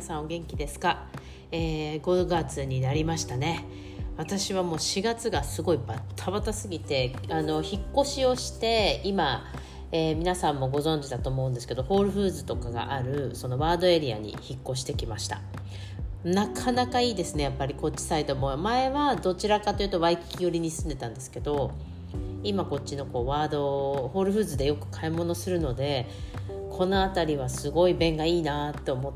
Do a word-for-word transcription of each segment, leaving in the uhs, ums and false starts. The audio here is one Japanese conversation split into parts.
さんお元気ですか？えー、ごがつになりましたね。私はもうしがつがすごいバッタバタすぎて、あの引っ越しをして今、えー、皆さんもご存知だと思うんですけど、ホールフーズとかがあるそのワードエリアに引っ越してきました。なかなかいいですね。やっぱりこっちサイドも、前はどちらかというとワイキキ寄りに住んでたんですけど、今こっちのこうワードホールフーズでよく買い物するので、この辺りはすごい便がいいなと思って、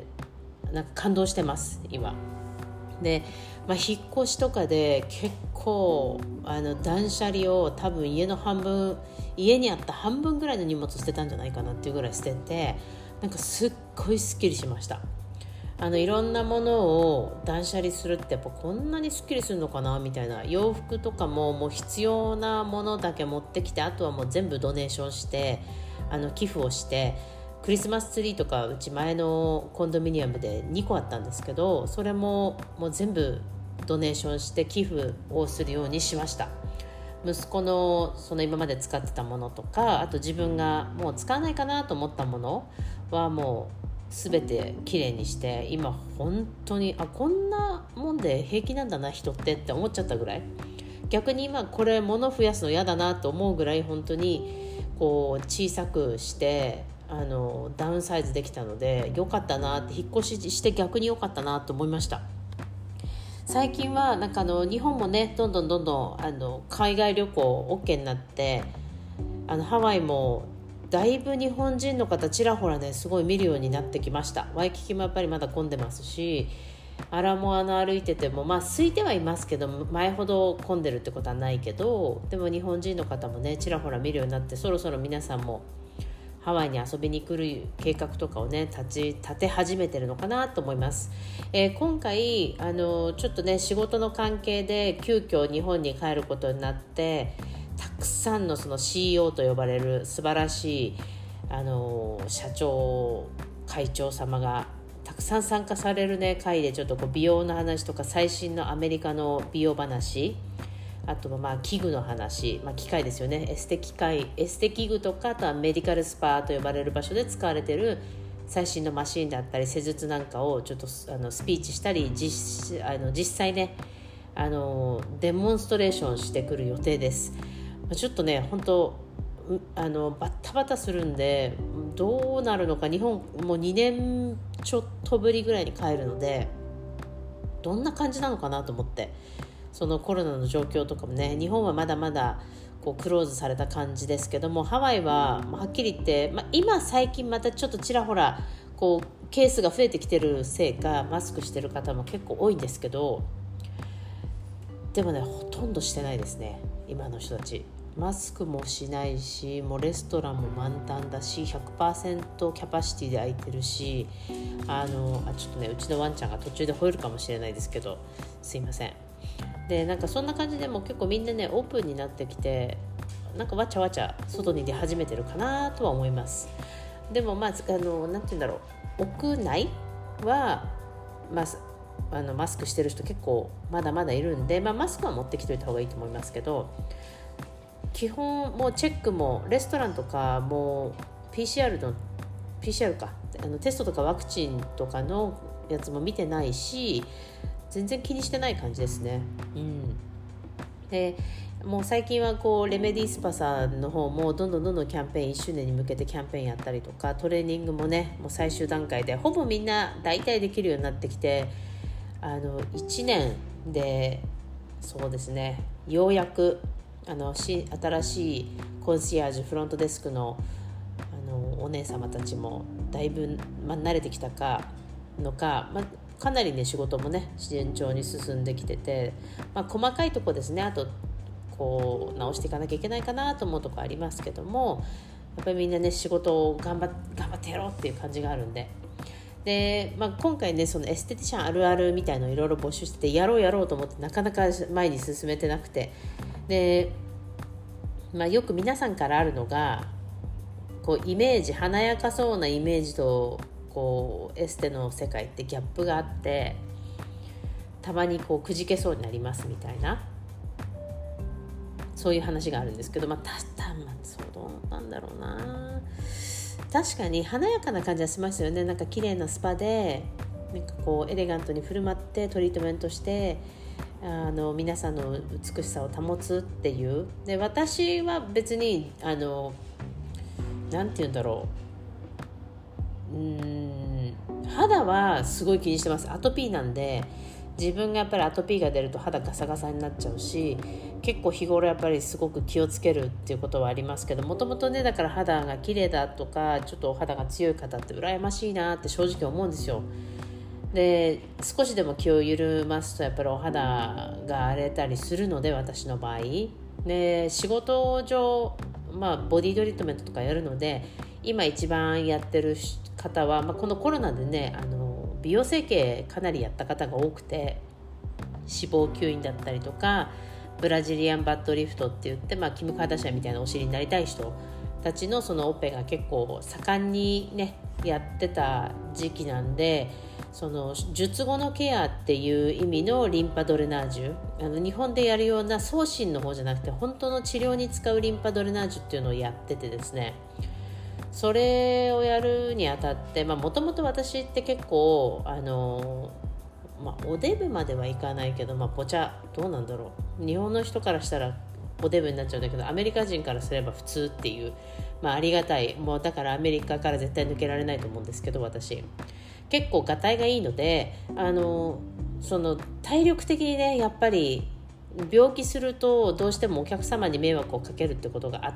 なんか感動してます今で。まあ、引っ越しとかで結構あの断捨離を多分家の半分家にあった半分ぐらいの荷物捨てたんじゃないかなっていうぐらい捨てて、なんかすっごいすっきりしました。あのいろんなものを断捨離するってやっぱこんなにすっきりするのかなみたいな。洋服とかももう必要なものだけ持ってきて、あとはもう全部ドネーションしてあの寄付をして、クリスマスツリーとかうち前のコンドミニアムでにこあったんですけど、それももう全部ドネーションして寄付をするようにしました。息子のその今まで使ってたものとか、あと自分がもう使わないかなと思ったものはもう全てきれいにして、今本当にあこんなもんで平気なんだな人ってって思っちゃったぐらい、逆に今これ物増やすの嫌だなと思うぐらい本当にこう小さくしてあのダウンサイズできたので良かったなって、引っ越しして逆に良かったなと思いました。最近はなんかあの日本もねどんどんどんどんあの海外旅行 OK になって、あのハワイもだいぶ日本人の方ちらほらねすごい見るようになってきました。ワイキキもやっぱりまだ混んでますし、アラモアナ歩いててもまあ空いてはいますけど、前ほど混んでるってことはないけど、でも日本人の方もねちらほら見るようになって、そろそろ皆さんもハワイに遊びに来る計画とかをね立ち立て始めてるのかなと思います。えー、今回あのちょっとね仕事の関係で急遽日本に帰ることになって、たくさんのその シーイーオー と呼ばれる素晴らしいあの社長会長様がたくさん参加されるね会で、ちょっとこう美容の話とか最新のアメリカの美容話、あとはまあ器具の話、まあ、機械ですよね。エステ機械、エステ器具とか、あとはメディカルスパと呼ばれる場所で使われている最新のマシンだったり施術なんかをちょっとあのスピーチしたり、 実, あの実際ねあのデモンストレーションしてくる予定です。ちょっとね本当あのバッタバタするんで、どうなるのか。日本もうにねんちょっとぶりぐらいに帰るので、どんな感じなのかなと思って、そのコロナの状況とかもね、日本はまだまだこうクローズされた感じですけども、ハワイははっきり言って、まあ、今最近またちょっとちらほらこうケースが増えてきてるせいかマスクしてる方も結構多いんですけど、でもねほとんどしてないですね今の人たち。マスクもしないし、もうレストランも満タンだし、 ひゃくパーセント キャパシティで空いてるし、あのあちょっとねうちのワンちゃんが途中で吠えるかもしれないですけどすいません。でなんかそんな感じでも結構みんなねオープンになってきて、なんかわちゃわちゃ外に出始めてるかなとは思います。でもまああのなんて言うんだろう、屋内は、まあ、あのマスクしてる人結構まだまだいるんで、まあ、マスクは持ってきておいた方がいいと思いますけど、基本もうチェックもレストランとかも ピーシーアール の ピーシーアール かあのテストとかワクチンとかのやつも見てないし、全然気にしてない感じですね。うん、でもう最近はこうレメディスパさんの方もどんどんどんどんキャンペーンいっしゅうねんに向けてキャンペーンやったりとか、トレーニングもねもう最終段階でほぼみんな大体できるようになってきて、あのいちねんでそうですねようやくあのし新しいコンシェアージフロントデスク の, あのお姉様たちもだいぶ、まあ、慣れてきたかのか、まあ、かなりね仕事もね順調に進んできてて、まあ、細かいとこですね、あとこう直していかなきゃいけないかなと思うとこありますけども、やっぱりみんなね仕事を頑張っ頑張ってやろうっていう感じがあるんで、で、まあ、今回ねそのエステティシャンあるあるみたいのをいろいろ募集してて、やろうやろうと思ってなかなか前に進めてなくて、で、まあ、よく皆さんからあるのがこうイメージ華やかそうなイメージとこうエステの世界ってギャップがあって、たまにこうくじけそうになりますみたいな、そういう話があるんですけど、まあたたまあそうどうなんだろうな、 確かに華やかな感じはしますよね。なんか綺麗なスパでなんかこうエレガントに振る舞ってトリートメントしてあの皆さんの美しさを保つっていう。で私は別にあのなんて言うんだろう、うーん肌はすごい気にしてます。アトピーなんで自分がやっぱりアトピーが出ると肌ガサガサになっちゃうし、結構日頃やっぱりすごく気をつけるっていうことはありますけど、もともとねだから肌が綺麗だとかちょっとお肌が強い方って羨ましいなって正直思うんですよ。で少しでも気を緩ますとやっぱりお肌が荒れたりするので、私の場合で仕事上、まあ、ボディトリートメントとかやるので今一番やってる方は、まあ、このコロナでねあの美容整形かなりやった方が多くて、脂肪吸引だったりとかブラジリアンバッドリフトって言って、まあ、キム・カーダシャンみたいなお尻になりたい人たちのそのオペが結構盛んにねやってた時期なんで、その術後のケアっていう意味のリンパドレナージュ、あの日本でやるような送信の方じゃなくて本当の治療に使うリンパドレナージュっていうのをやっててですね、それをやるにあたってもともと私って結構あの、まあ、おデブまではいかないけど、まあ、ポチャどうなんだろう、日本の人からしたらおデブになっちゃうんだけどアメリカ人からすれば普通っていう、まあ、ありがたい、もうだからアメリカから絶対抜けられないと思うんですけど、私結構がたいがいいのであのその体力的にねやっぱり病気するとどうしてもお客様に迷惑をかけるってことがあって、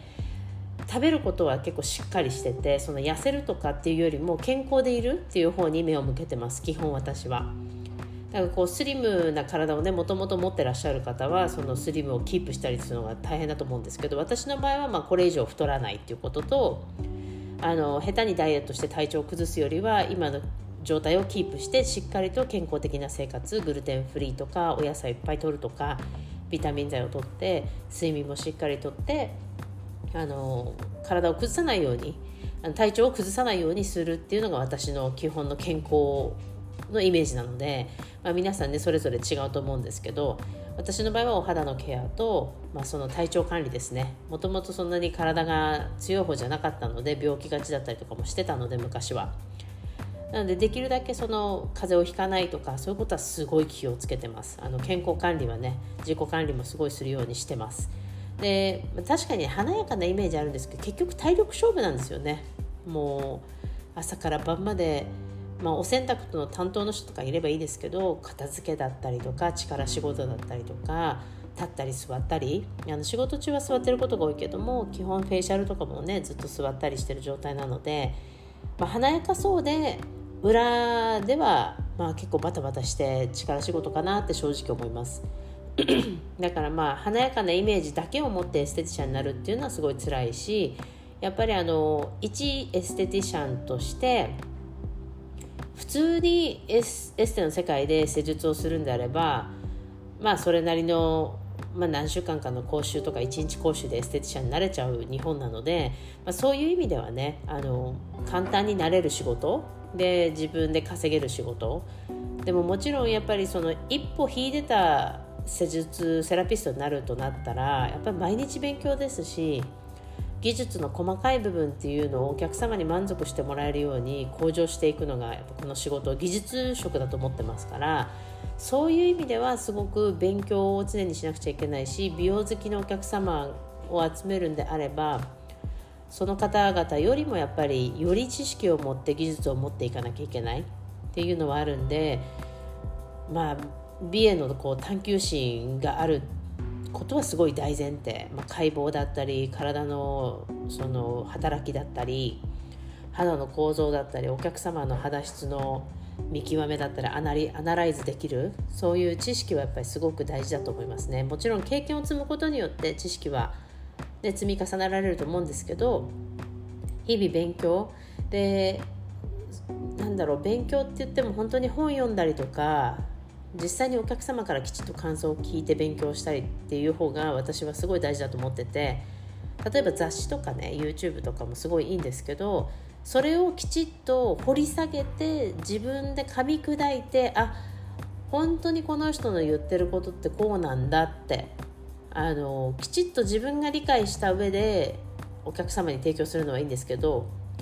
食べることは結構しっかりしてて、その痩せるとかっていうよりも健康でいるっていう方に目を向けてます、基本私は。だからこうスリムな体をねもともと持ってらっしゃる方はそのスリムをキープしたりするのが大変だと思うんですけど、私の場合はまあこれ以上太らないっていうことと、あの下手にダイエットして体調を崩すよりは今の状態をキープしてしっかりと健康的な生活、グルテンフリーとかお野菜いっぱい摂るとかビタミン剤を摂って睡眠もしっかりとってあの体を崩さないように、体調を崩さないようにするっていうのが私の基本の健康のイメージなので、まあ、皆さんねそれぞれ違うと思うんですけど、私の場合はお肌のケアと、まあ、その体調管理ですね。もともとそんなに体が強い方じゃなかったので病気がちだったりとかもしてたので昔は。なのでできるだけその風邪をひかないとかそういうことはすごい気をつけてます。あの健康管理はね自己管理もすごいするようにしてます。で確かに華やかなイメージあるんですけど結局体力勝負なんですよね。もう朝から晩まで、まあ、お洗濯の担当の人とかいればいいですけど片付けだったりとか力仕事だったりとか立ったり座ったり、あの仕事中は座ってることが多いけども基本フェイシャルとかもねずっと座ったりしてる状態なので、まあ、華やかそうで裏ではまあ結構バタバタして力仕事かなって正直思いますだからまあ華やかなイメージだけを持ってエステティシャンになるっていうのはすごい辛いし、やっぱりあの一エステティシャンとして普通にエス、エステの世界で施術をするんであればまあそれなりの、まあ、何週間かの講習とかいちにち講習でエステティシャンになれちゃう日本なので、まあ、そういう意味ではねあの簡単になれる仕事で自分で稼げる仕事でももちろんやっぱりその一歩引いてた施術セラピストになるとなったらやっぱり毎日勉強ですし、技術の細かい部分っていうのをお客様に満足してもらえるように向上していくのがやっぱこの仕事技術職だと思ってますから、そういう意味ではすごく勉強を常にしなくちゃいけないし、美容好きのお客様を集めるんであればその方々よりもやっぱりより知識を持って技術を持っていかなきゃいけないっていうのはあるんで、まあ美へのこう探求心があることはすごい大前提、まあ、解剖だったり体のその働きだったり肌の構造だったりお客様の肌質の見極めだったりアナリ、アナライズできるそういう知識はやっぱりすごく大事だと思いますね。もちろん経験を積むことによって知識は、ね、積み重ねられると思うんですけど、日々勉強でなんだろう勉強って言っても本当に本読んだりとか実際にお客様からきちっと感想を聞いて勉強したりっていう方が私はすごい大事だと思ってて、例えば雑誌とかね YouTube とかもすごいいいんですけど、それをきちっと掘り下げて自分で噛み砕いて、あ本当にこの人の言ってることってこうなんだってあのきちっと自分が理解した上でお客様に提供するのはいいんですけど、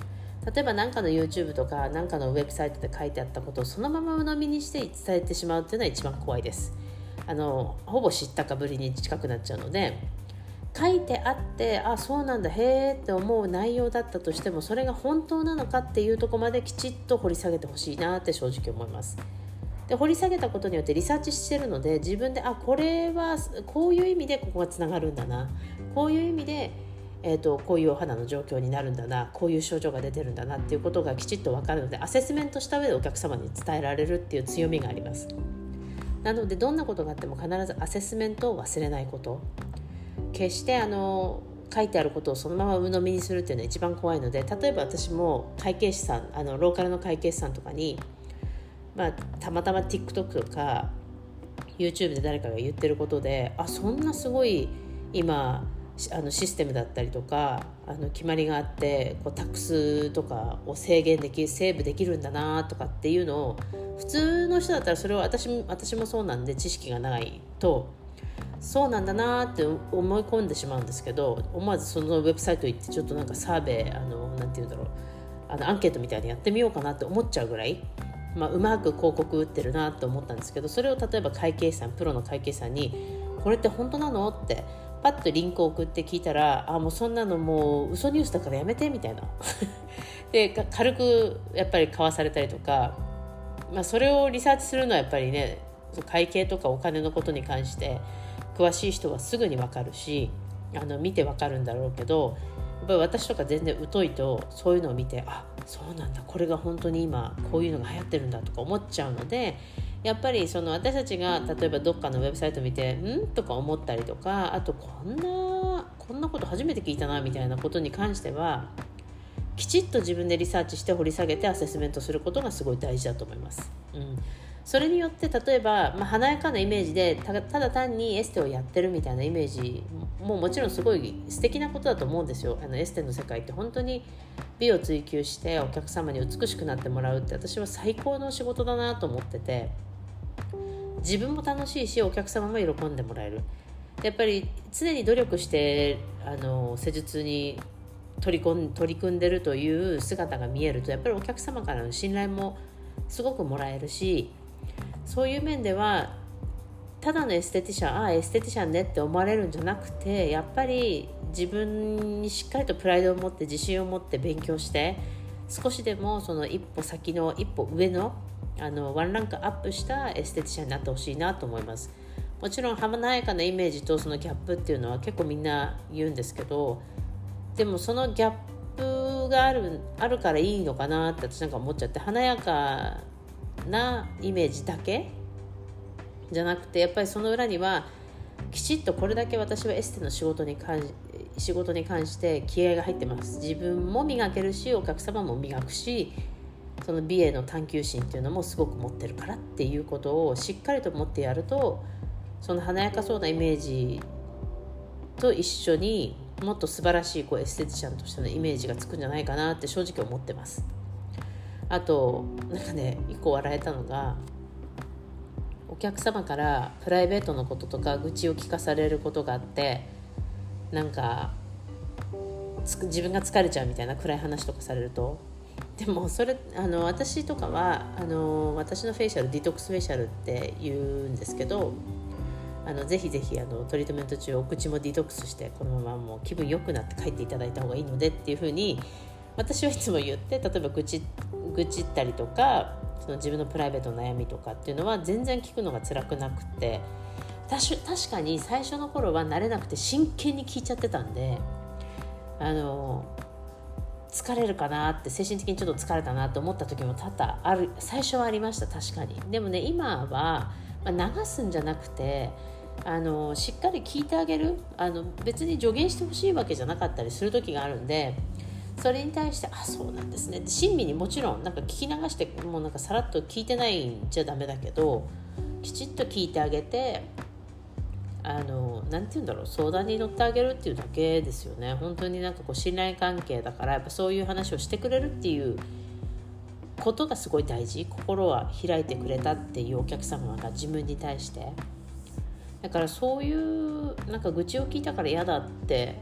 例えば何かの YouTube とか何かのウェブサイトで書いてあったことをそのまま鵜呑みにして伝えてしまうっていうのは一番怖いです。あのほぼ知ったかぶりに近くなっちゃうので、書いてあってあそうなんだへーって思う内容だったとしても、それが本当なのかっていうところまできちっと掘り下げてほしいなって正直思います。で掘り下げたことによってリサーチしてるので、自分であこれはこういう意味でここがつながるんだな、こういう意味で、えーと、こういうお肌の状況になるんだな、こういう症状が出てるんだなっていうことがきちっと分かるので、アセスメントした上でお客様に伝えられるっていう強みがあります。なのでどんなことがあっても必ずアセスメントを忘れないこと、決してあの書いてあることをそのまま鵜呑みにするっていうのは一番怖いので、例えば私も会計士さん、あのローカルの会計士さんとかに、まあ、たまたま TikTok とか YouTube で誰かが言ってることで、あそんなすごい今あのシステムだったりとかあの決まりがあって、こうタックスとかを制限できるセーブできるんだなとかっていうのを、普通の人だったらそれを 私も、私もそうなんで知識がないとそうなんだなって思い込んでしまうんですけど、思わずそのウェブサイト行ってちょっとなんかサーベイあのなんていうんだろうあのアンケートみたいにやってみようかなって思っちゃうぐらい、まあ、うまく広告打ってるなと思ったんですけど、それを例えば会計士さんプロの会計士さんにこれって本当なのってパッとリンクを送って聞いたら、あもうそんなのもう嘘ニュースだからやめてみたいなで軽くやっぱり買わされたりとか、まあ、それをリサーチするのはやっぱりね、会計とかお金のことに関して詳しい人はすぐに分かるし、あの見て分かるんだろうけど、やっぱり私とか全然疎いとそういうのを見て、あそうなんだこれが本当に今こういうのが流行ってるんだとか思っちゃうので、やっぱりその私たちが例えばどっかのウェブサイト見てんとか思ったりとか、あとこんなこんなこと初めて聞いたなみたいなことに関してはきちっと自分でリサーチして掘り下げてアセスメントすることがすごい大事だと思います。うん、それによって例えば、まあ、華やかなイメージで た, ただ単にエステをやってるみたいなイメージももちろんすごい素敵なことだと思うんですよ。あのエステの世界って本当に美を追求してお客様に美しくなってもらうって私は最高の仕事だなと思ってて、自分も楽しいしお客様も喜んでもらえる。やっぱり常に努力してあの施術に取り込ん、取り組んでるという姿が見えると、やっぱりお客様からの信頼もすごくもらえるし、そういう面ではただのエステティシャン、ああエステティシャンねって思われるんじゃなくて、やっぱり自分にしっかりとプライドを持って自信を持って勉強して、少しでもその一歩先の一歩上のあのワンランクアップしたエステティシャンになってほしいなと思います。もちろん華やかなイメージとそのギャップっていうのは結構みんな言うんですけど、でもそのギャップがある、あるからいいのかなって私なんか思っちゃって、華やかなイメージだけじゃなくて、やっぱりその裏にはきちっとこれだけ私はエステの仕事に関し仕事に関して気合が入ってます。自分も磨けるしお客様も磨くし、その美への探求心っていうのもすごく持ってるからっていうことをしっかりと持ってやると、その華やかそうなイメージと一緒にもっと素晴らしいこうエステティシャンとしてのイメージがつくんじゃないかなって正直思ってます。あとなんかね、一個笑えたのが、お客様からプライベートのこととか愚痴を聞かされることがあって、なんか自分が疲れちゃうみたいな暗い話とかされると、でもそれあの私とかはあの私のフェイシャルディトックスフェイシャルって言うんですけど、あのぜひぜひあのトリートメント中お口もディトックスしてこのままもう気分良くなって帰っていただいた方がいいのでっていう風に私はいつも言って、例えば愚痴愚痴ったりとかその自分のプライベートの悩みとかっていうのは全然聞くのが辛くなくて、確かに最初の頃は慣れなくて真剣に聞いちゃってたんで、あの疲れるかなって精神的にちょっと疲れたなと思った時も多々ある、最初はありました。確かに。でもね今は、まあ、流すんじゃなくてあのしっかり聞いてあげる、あの別に助言してほしいわけじゃなかったりする時があるんで、それに対してあそうなんですねって親身にもちろんなんか聞き流してもうなんかさらっと聞いてないんじゃダメだけど、きちっと聞いてあげて、あのなんて言うんだろう、相談に乗ってあげるっていうだけですよね。本当になんかこう信頼関係だからやっぱそういう話をしてくれるっていうことがすごい大事。心は開いてくれたっていうお客様が自分に対して、だからそういうなんか愚痴を聞いたから嫌だって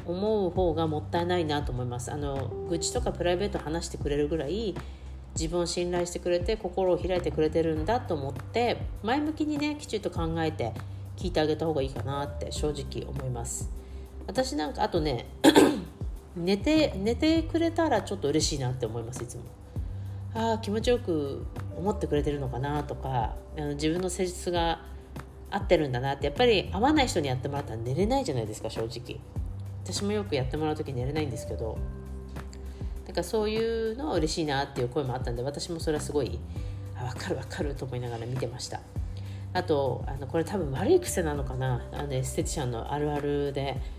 思う方がもったいないなと思います。あの愚痴とかプライベート話してくれるぐらい自分を信頼してくれて心を開いてくれてるんだと思って前向きにねきちっと考えて聞いてあげた方がいいかなって正直思います。私なんかあとね寝て寝てくれたらちょっと嬉しいなって思います。いつもああ気持ちよく思ってくれてるのかなとか、あの自分の施術が合ってるんだなって。やっぱり合わない人にやってもらったら寝れないじゃないですか。正直私もよくやってもらう時寝れないんですけど、だからそういうのは嬉しいなっていう声もあったんで、私もそれはすごいあ分かる分かると思いながら見てました。あとあのこれ多分悪い癖なのかな、あのエステティシャンのあるあるで、